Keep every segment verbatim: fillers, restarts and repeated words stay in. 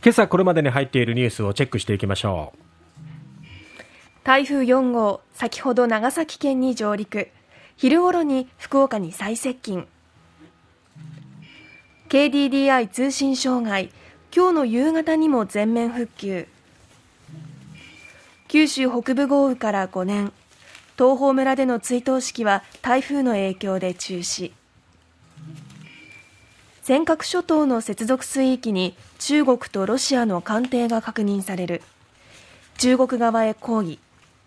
今朝これまでに入っているニュースをチェックしていきましょう。 台風よん号、先ほど長崎県に上陸、昼ごろに福岡に再接近。 ケーディーディーアイ 通信障害、今日の夕方にも全面復旧。九州北部豪雨からごねん、東峰村での追悼式は台風の影響で中止。尖閣諸島の接続水域に中国とロシアの艦艇が確認される、中国側へ抗議。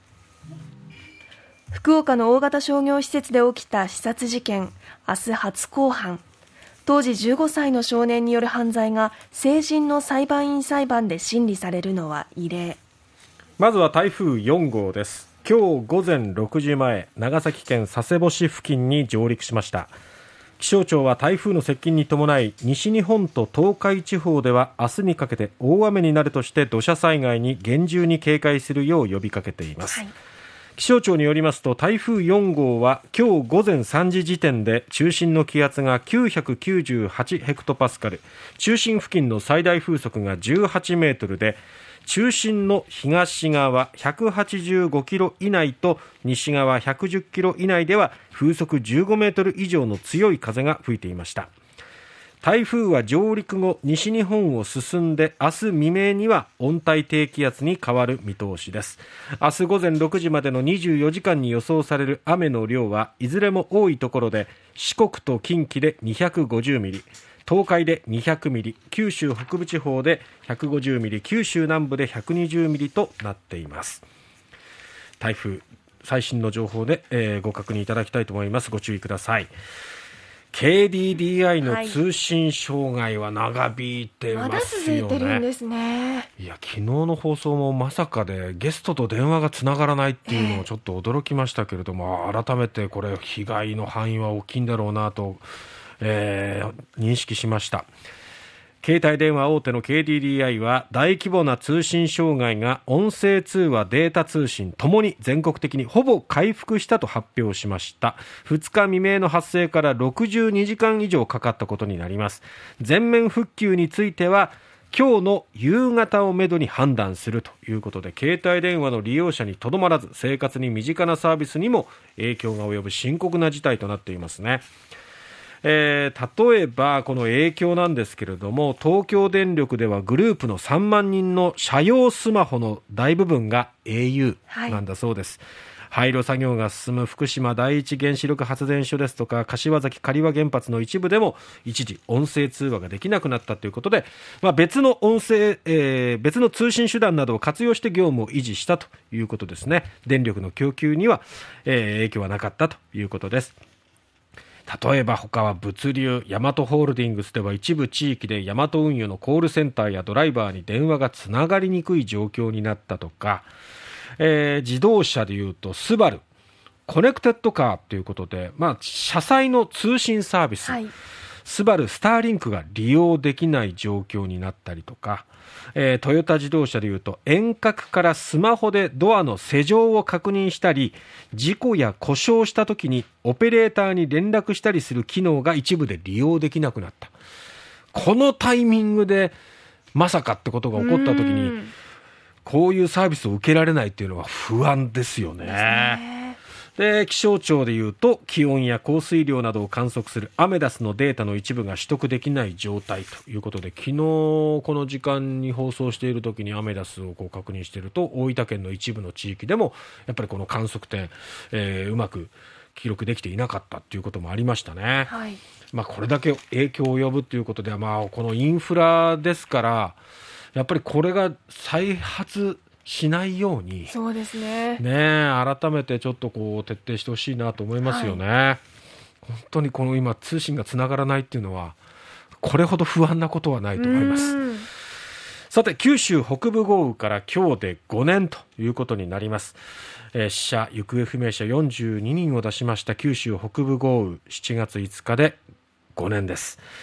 福岡の大型商業施設で起きた刺殺事件、明日初公判。当時じゅうごさいの少年による犯罪が成人の裁判員裁判で審理されるのは異例。 まずは台風よん号です。今日午前ろくじまえ、長崎県佐世保市付近に上陸しました。気象庁は台風の接近に伴い、西日本と東海地方では明日にかけて大雨になるとして、土砂災害に厳重に警戒するよう呼びかけています、はい。気象庁によりますと、台風よん号は今日午前さんじ時点で中心の気圧がきゅうひゃくきゅうじゅうはちヘクトパスカル、中心付近の最大風速がじゅうはちメートルで、中心の東側ひゃくはちじゅうごキロ以内と西側ひゃくじゅっキロ以内では風速じゅうごメートル以上の強い風が吹いていました。台風は上陸後、西日本を進んで明日未明には温帯低気圧に変わる見通しです。明日午前ろくじまでのにじゅうよじかんに予想される雨の量はいずれも多いところで、四国と近畿でにひゃくごじゅうミリ、東海でにひゃくミリ、九州北部地方でひゃくごじゅうミリ、九州南部でひゃくにじゅうミリとなっています。台風最新の情報で、えー、ご確認いただきたいと思います。ご注意ください。ケーディーディーアイ の通信障害は長引いてますよね。 まだ続いてるんですね。 いや、昨日の放送もまさかでゲストと電話がつながらないっていうのをちょっと驚きましたけれども、えー、改めてこれ被害の範囲は大きいんだろうなと、えー、認識しました。携帯電話大手の ケーディーディーアイ は大規模な通信障害が音声通話、データ通信ともに全国的にほぼ回復したと発表しました。ふつか未明の発生からろくじゅうにじかん以上かかったことになります。全面復旧については今日の夕方をめどに判断するということで、携帯電話の利用者にとどまらず生活に身近なサービスにも影響が及ぶ深刻な事態となっていますね。えー、例えばこの影響なんですけれども、東京電力ではグループのさんまんにんの社用スマホの大部分が エーユー なんだそうです、はい、廃炉作業が進む福島第一原子力発電所ですとか柏崎刈羽原発の一部でも一時音声通話ができなくなったということで、まあ、別の音声、えー、別の通信手段などを活用して業務を維持したということですね。電力の供給には、えー、影響はなかったということです。例えば他は物流、ヤマトホールディングスでは一部地域でヤマト運輸のコールセンターやドライバーに電話がつながりにくい状況になったとか、えー、自動車でいうとスバルコネクテッドカーということで、まあ、車載の通信サービス、はい、スバルスターリンクが利用できない状況になったりとか、えー、トヨタ自動車でいうと遠隔からスマホでドアの施錠を確認したり、事故や故障した時にオペレーターに連絡したりする機能が一部で利用できなくなった。このタイミングでまさかってことが起こった時にこういうサービスを受けられないっていうのは不安ですよね。で、気象庁でいうと気温や降水量などを観測するアメダスのデータの一部が取得できない状態ということで、昨日この時間に放送している時にアメダスをこう確認していると大分県の一部の地域でもやっぱりこの観測点、えー、うまく記録できていなかったということもありましたね、はい。まあ、これだけ影響を及ぶということで、まあ、このインフラですからやっぱりこれが再発しないように、 そうですね、 ね、改めてちょっとこう徹底してほしいなと思いますよね、はい。本当にこの今通信がつながらないっていうのはこれほど不安なことはないと思います。さて、九州北部豪雨から今日でごねんということになります。えー、死者行方不明者よんじゅうににんを出しました九州北部豪雨、しちがついつかでごねんです。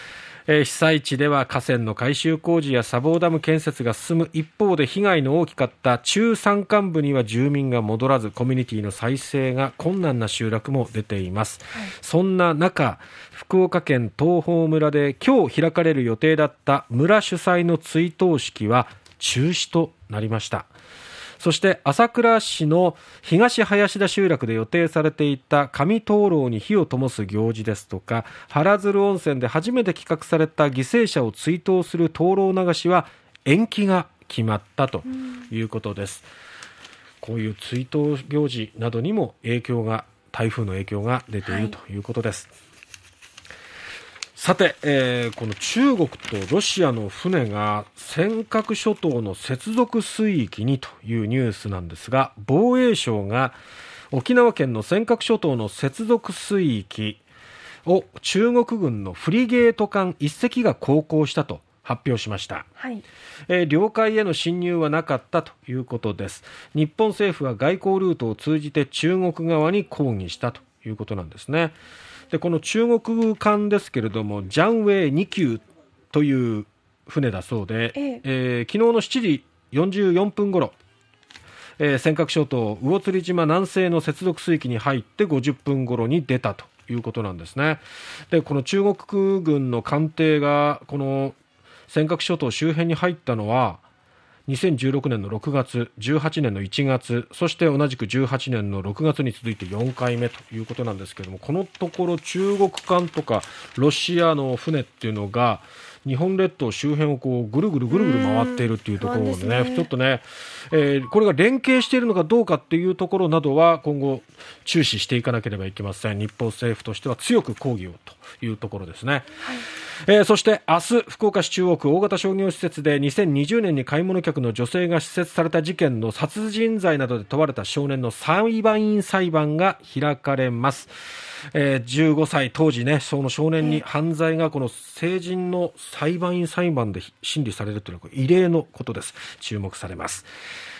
えー、被災地では河川の改修工事や砂防ダム建設が進む一方で、被害の大きかった中山間部には住民が戻らず、コミュニティの再生が困難な集落も出ています、はい、そんな中、福岡県東峰村で今日開かれる予定だった村主催の追悼式は中止となりました。そして朝倉市の東林田集落で予定されていた紙灯籠に火を灯す行事ですとか、原鶴温泉で初めて企画された犠牲者を追悼する灯籠流しは延期が決まったということです。こういう追悼行事などにも影響が、台風の影響が出ているということです、はい。さて、えー、この中国とロシアの船が尖閣諸島の接続水域にというニュースなんですが、防衛省が沖縄県の尖閣諸島の接続水域を中国軍のフリゲート艦いっ隻が航行したと発表しました、はい。えー、領海への侵入はなかったということです。日本政府は外交ルートを通じて中国側に抗議したということなんですね。でこの中国艦ですけれども、ジャンウェイに級という船だそうで、えええー、昨日のしちじよんじゅうよんぷんごろ、えー、尖閣諸島魚釣島南西の接続水域に入ってごじゅっぷんごろに出たということなんですね。でこの中国軍の艦艇がこの尖閣諸島周辺に入ったのはにせんじゅうろくねんのろくがつ、じゅうはちねんのいちがつ、そして同じくじゅうはちねんのろくがつに続いてよんかいめということなんですけれども、このところ中国艦とかロシアの船っていうのが日本列島周辺をこうぐるぐるぐるぐる回っているっていうところでね、ちょっとね、えー、これが連携しているのかどうかっていうところなどは今後注視していかなければいけません。日本政府としては強く抗議をというところですね、はい。えー、そして明日、福岡市中央区大型商業施設でにせんにじゅうねんに買い物客の女性が施設された事件の殺人罪などで問われた少年の裁判員裁判が開かれます。えー、じゅうごさい当時ね、その少年に犯罪がこの成人の裁判員裁判で審理されるというのは異例のことです。注目されます。